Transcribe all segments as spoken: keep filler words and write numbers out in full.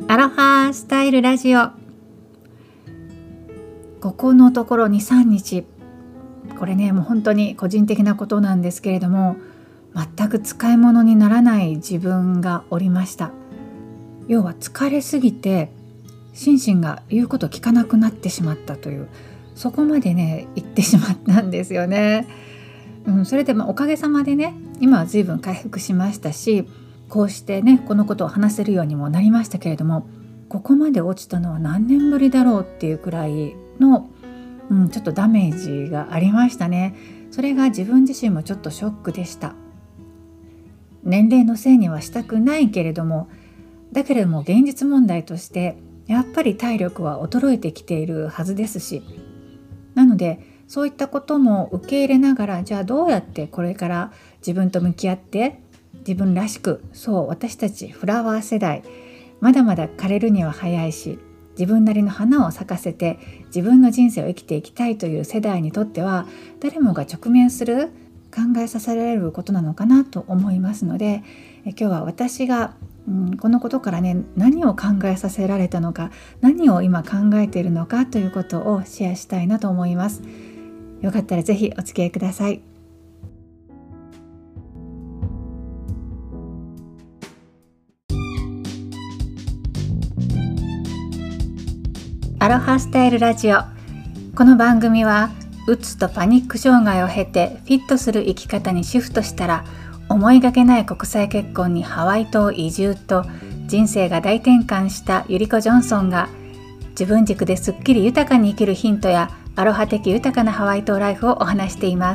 アロハスタイルラジオ。ここのところ にさんにち、これねもう本当に個人的なことなんですけれども、全く使い物にならない自分がおりました。要は疲れすぎて心身が言うこと聞かなくなってしまったという、そこまでね言ってしまったんですよね。うん、それでもおかげさまでね今は随分回復しましたし、こうしてねこのことを話せるようにもなりましたけれども、ここまで落ちたのは何年ぶりだろうっていうくらいの、うん、ちょっとダメージがありましたね。それが自分自身もちょっとショックでした。年齢のせいにはしたくないけれども、だけれども現実問題としてやっぱり体力は衰えてきているはずですし、なのでそういったことも受け入れながら、じゃあどうやってこれから自分と向き合って自分らしく、そう私たちフラワー世代、まだまだ枯れるには早いし、自分なりの花を咲かせて自分の人生を生きていきたいという世代にとっては、誰もが直面する考えさせられることなのかなと思いますので、え今日は私が、うん、このことからね何を考えさせられたのか、何を今考えているのかということをシェアしたいなと思います。よかったらぜひお付き合いください。アロハスタイルラジオ。この番組はうつとパニック障害を経てフィットする生き方にシフトしたら、思いがけない国際結婚にハワイ島移住と人生が大転換したゆりこジョンソンが、自分軸ですっきり豊かに生きるヒントやアロハ的豊かなハワイ島ライフをお話しています。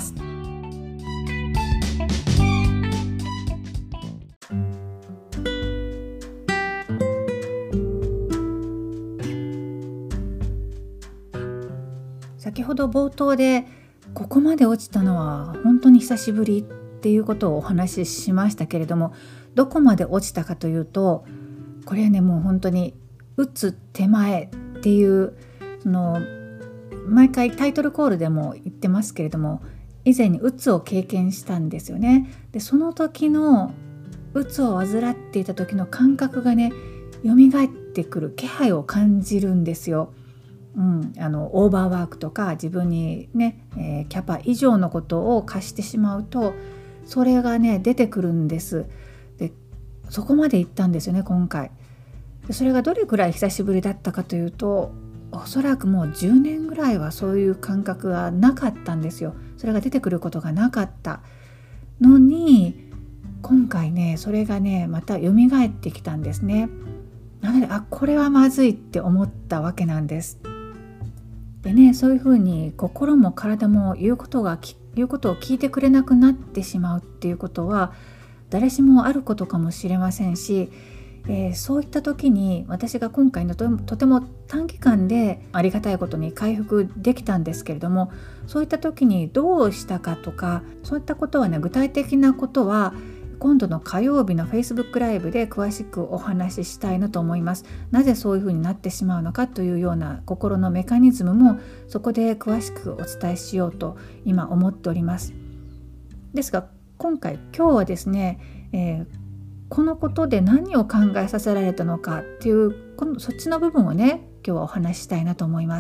先ほど冒頭でここまで落ちたのは本当に久しぶりっていうことをお話ししましたけれども、どこまで落ちたかというと、これはねもう本当に打つ手前っていう、その毎回タイトルコールでも言ってますけれども、以前にうつを経験したんですよね。でその時のうつを患っていた時の感覚がね蘇ってくる気配を感じるんですよ。うん、あのオーバーワークとか自分にね、えー、キャパ以上のことを課してしまうと、それがね出てくるんです。でそこまで行ったんですよね今回。でそれがどれくらい久しぶりだったかというと、おそらくもうじゅうねんぐらいはそういう感覚がなかったんですよ。それが出てくることがなかったのに、今回ねそれがねまた蘇ってきたんですね。なのであこれはまずいって思ったわけなんです。でね、そういうふうに心も体も言うことが言うことを聞いてくれなくなってしまうっていうことは誰しもあることかもしれませんし、えー、そういった時に私が今回の と, とても短期間でありがたいことに回復できたんですけれども、そういった時にどうしたかとか、そういったことはね具体的なことは今度の火曜日の Facebook ライブで詳しくお話ししたいなと思います。なぜそういうふうになってしまうのかというような心のメカニズムもそこで詳しくお伝えしようと今思っております。ですが今回今日はですね、えー、このことで何を考えさせられたのかっていうこのそっちの部分をね今日はお話ししたいなと思います。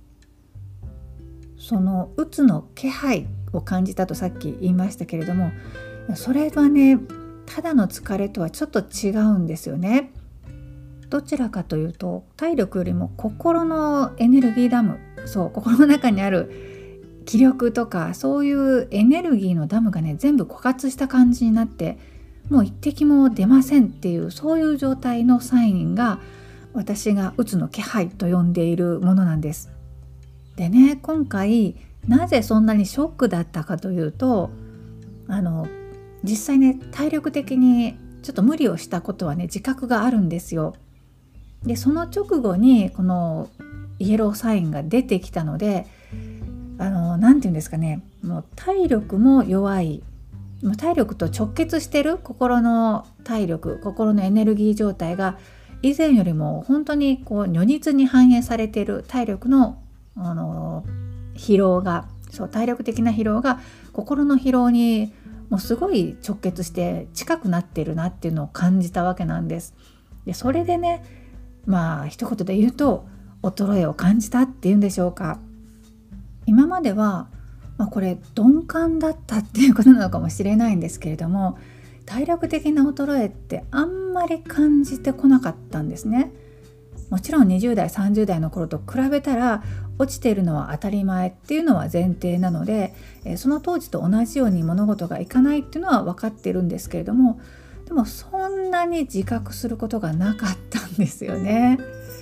そのうつの気配を感じたとさっき言いましたけれども、それはねただの疲れとはちょっと違うんですよね。どちらかというと体力よりも心のエネルギーダム、そう心の中にある気力とかそういうエネルギーのダムがね全部枯渇した感じになって、もう一滴も出ませんっていう、そういう状態のサインが私がうつの気配と呼んでいるものなんです。でね、今回なぜそんなにショックだったかというと、あの実際ね体力的にちょっと無理をしたことはね自覚があるんですよ。でその直後にこのイエローサインが出てきたので、あのなんていうんですかね、もう体力も弱い、もう体力と直結してる心の体力、心のエネルギー状態が以前よりも本当にこう如実に反映されている体力の、あの疲労が、そう体力的な疲労が心の疲労にもうすごい直結して近くなっているなっていうのを感じたわけなんです。でそれでね、 まあ一言で言うと衰えを感じたっていうんでしょうか。今までは、まあ、これ鈍感だったっていうことなのかもしれないんですけれども、体力的な衰えってあんまり感じてこなかったんですね。もちろんにじゅう代さんじゅう代の頃と比べたら落ちているのは当たり前っていうのは前提なので、その当時と同じように物事がいかないっていうのは分かっているんですけれども、でもそんなに自覚することがなかったんですよね。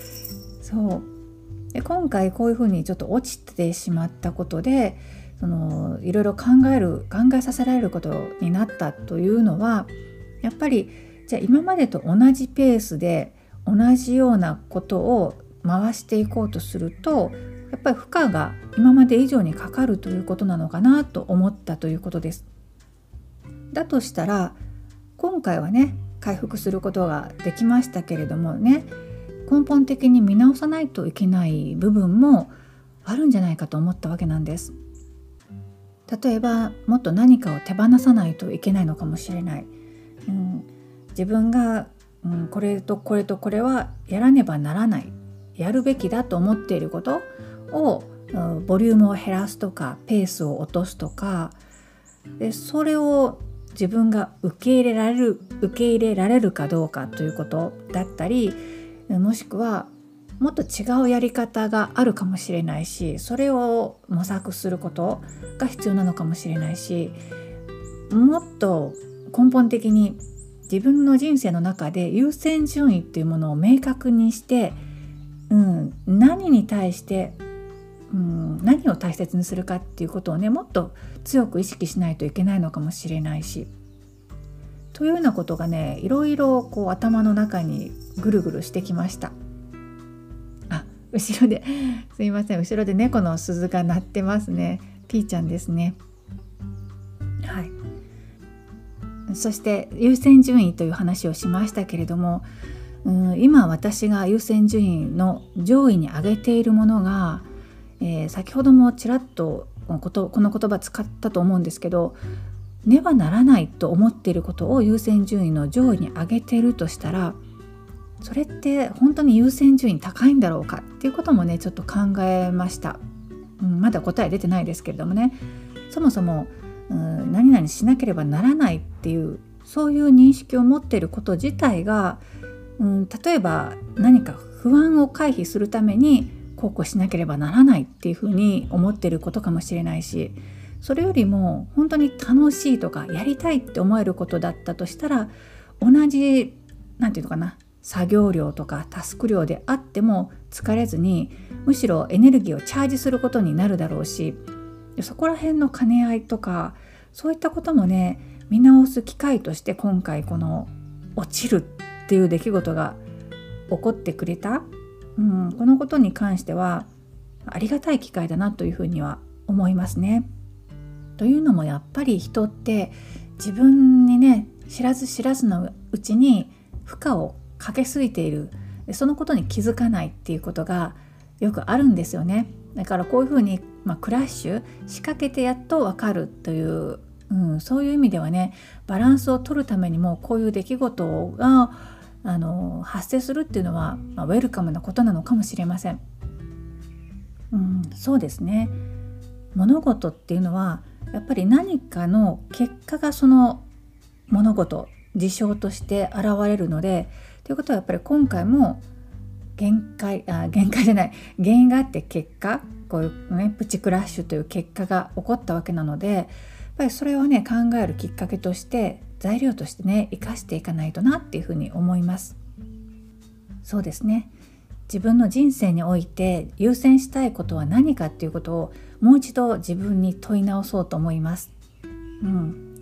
そうで今回こういうふうにちょっと落ちてしまったことで、そのいろいろ考える考えさせられることになったというのは、やっぱりじゃあ今までと同じペースで同じようなことを回していこうとすると、やっぱり負荷が今まで以上にかかるということなのかなと思ったということです。だとしたら今回はね回復することができましたけれどもね、根本的に見直さないといけない部分もあるんじゃないかと思ったわけなんです。例えばもっと何かを手放さないといけないのかもしれない、うん、自分が、うん、これとこれとこれはやらねばならない、やるべきだと思っていることを、うん、ボリュームを減らすとかペースを落とすとかで、それを自分が受け入れられる受け入れられるかどうかということだったり、もしくはもっと違うやり方があるかもしれないし、それを模索することが必要なのかもしれないし、もっと根本的に自分の人生の中で優先順位っていうものを明確にして、うん、何に対して、うん、何を大切にするかっていうことをねもっと強く意識しないといけないのかもしれないし、というようなことがねいろいろこう頭の中にぐるぐるしてきました。あ、後ろですいません、後ろで猫の鈴が鳴ってますね。ピーちゃんですね。はい。そして優先順位という話をしましたけれども、うん、今私が優先順位の上位に挙げているものが、えー、先ほどもちらっとこのこと、この言葉使ったと思うんですけど、ねばならないと思っていることを優先順位の上位に挙げているとしたら、それって本当に優先順位高いんだろうかっていうこともねちょっと考えました、うん、まだ答え出てないですけれどもね、そもそも、うん、何々しなければならないっていうそういう認識を持っていること自体が、うん、例えば何か不安を回避するためにこうこうしなければならないっていうふうに思っていることかもしれないし、それよりも本当に楽しいとかやりたいって思えることだったとしたら、同じなんていうのかな作業量とかタスク量であっても疲れずに、むしろエネルギーをチャージすることになるだろうし、そこら辺の兼ね合いとかそういったこともね見直す機会として今回この落ちるっていう出来事が起こってくれた、うん、このことに関してはありがたい機会だなというふうには思いますね。というのもやっぱり人って自分にね知らず知らずのうちに負荷をかけすぎている、そのことに気づかないっていうことがよくあるんですよね。だからこういうふうに、まあ、クラッシュ仕掛けてやっと分かるという、うん、そういう意味ではねバランスを取るためにもこういう出来事があの発生するっていうのは、まあ、ウェルカムなことなのかもしれません、うん、そうですね。物事っていうのはやっぱり何かの結果がその物事事象として現れるので、ということはやっぱり今回も限界あ限界じゃない原因があって結果こういうねプチクラッシュという結果が起こったわけなので、やっぱりそれをね考えるきっかけとして材料としてね生かしていかないとなっていうふうに思います。そうですね。自分の人生において優先したいことは何かっていうことをもう一度自分に問い直そうと思います、うん、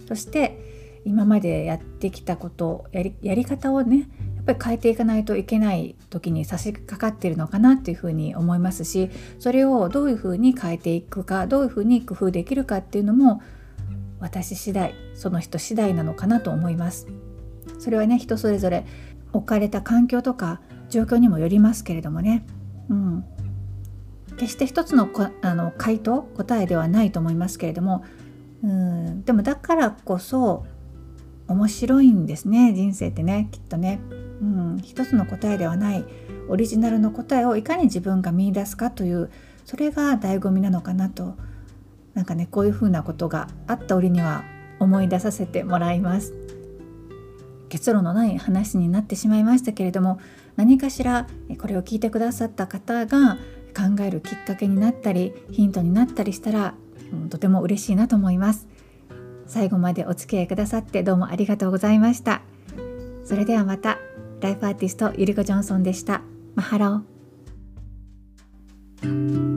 そして今までやってきたことやり、やり方をねやっぱり変えていかないといけない時に差し掛かっているのかなっていうふうに思いますし、それをどういうふうに変えていくか、どういうふうに工夫できるかっていうのも私次第、その人次第なのかなと思います。それはね人それぞれ置かれた環境とか状況にもよりますけれどもね、うん、決して一つの、あの回答答えではないと思いますけれども、うん、でもだからこそ面白いんですね人生ってね、きっとね、 うん、一つの答えではないオリジナルの答えをいかに自分が見出すかという、それが醍醐味なのかなと、なんかね、こういうふうなことがあった折には思い出させてもらいます。結論のない話になってしまいましたけれども、何かしらこれを聞いてくださった方が考えるきっかけになったりヒントになったりしたら、うん、とても嬉しいなと思います。最後までお付き合いくださってどうもありがとうございました。それではまた。ライフアーティストゆりこジョンソンでした。マハロー。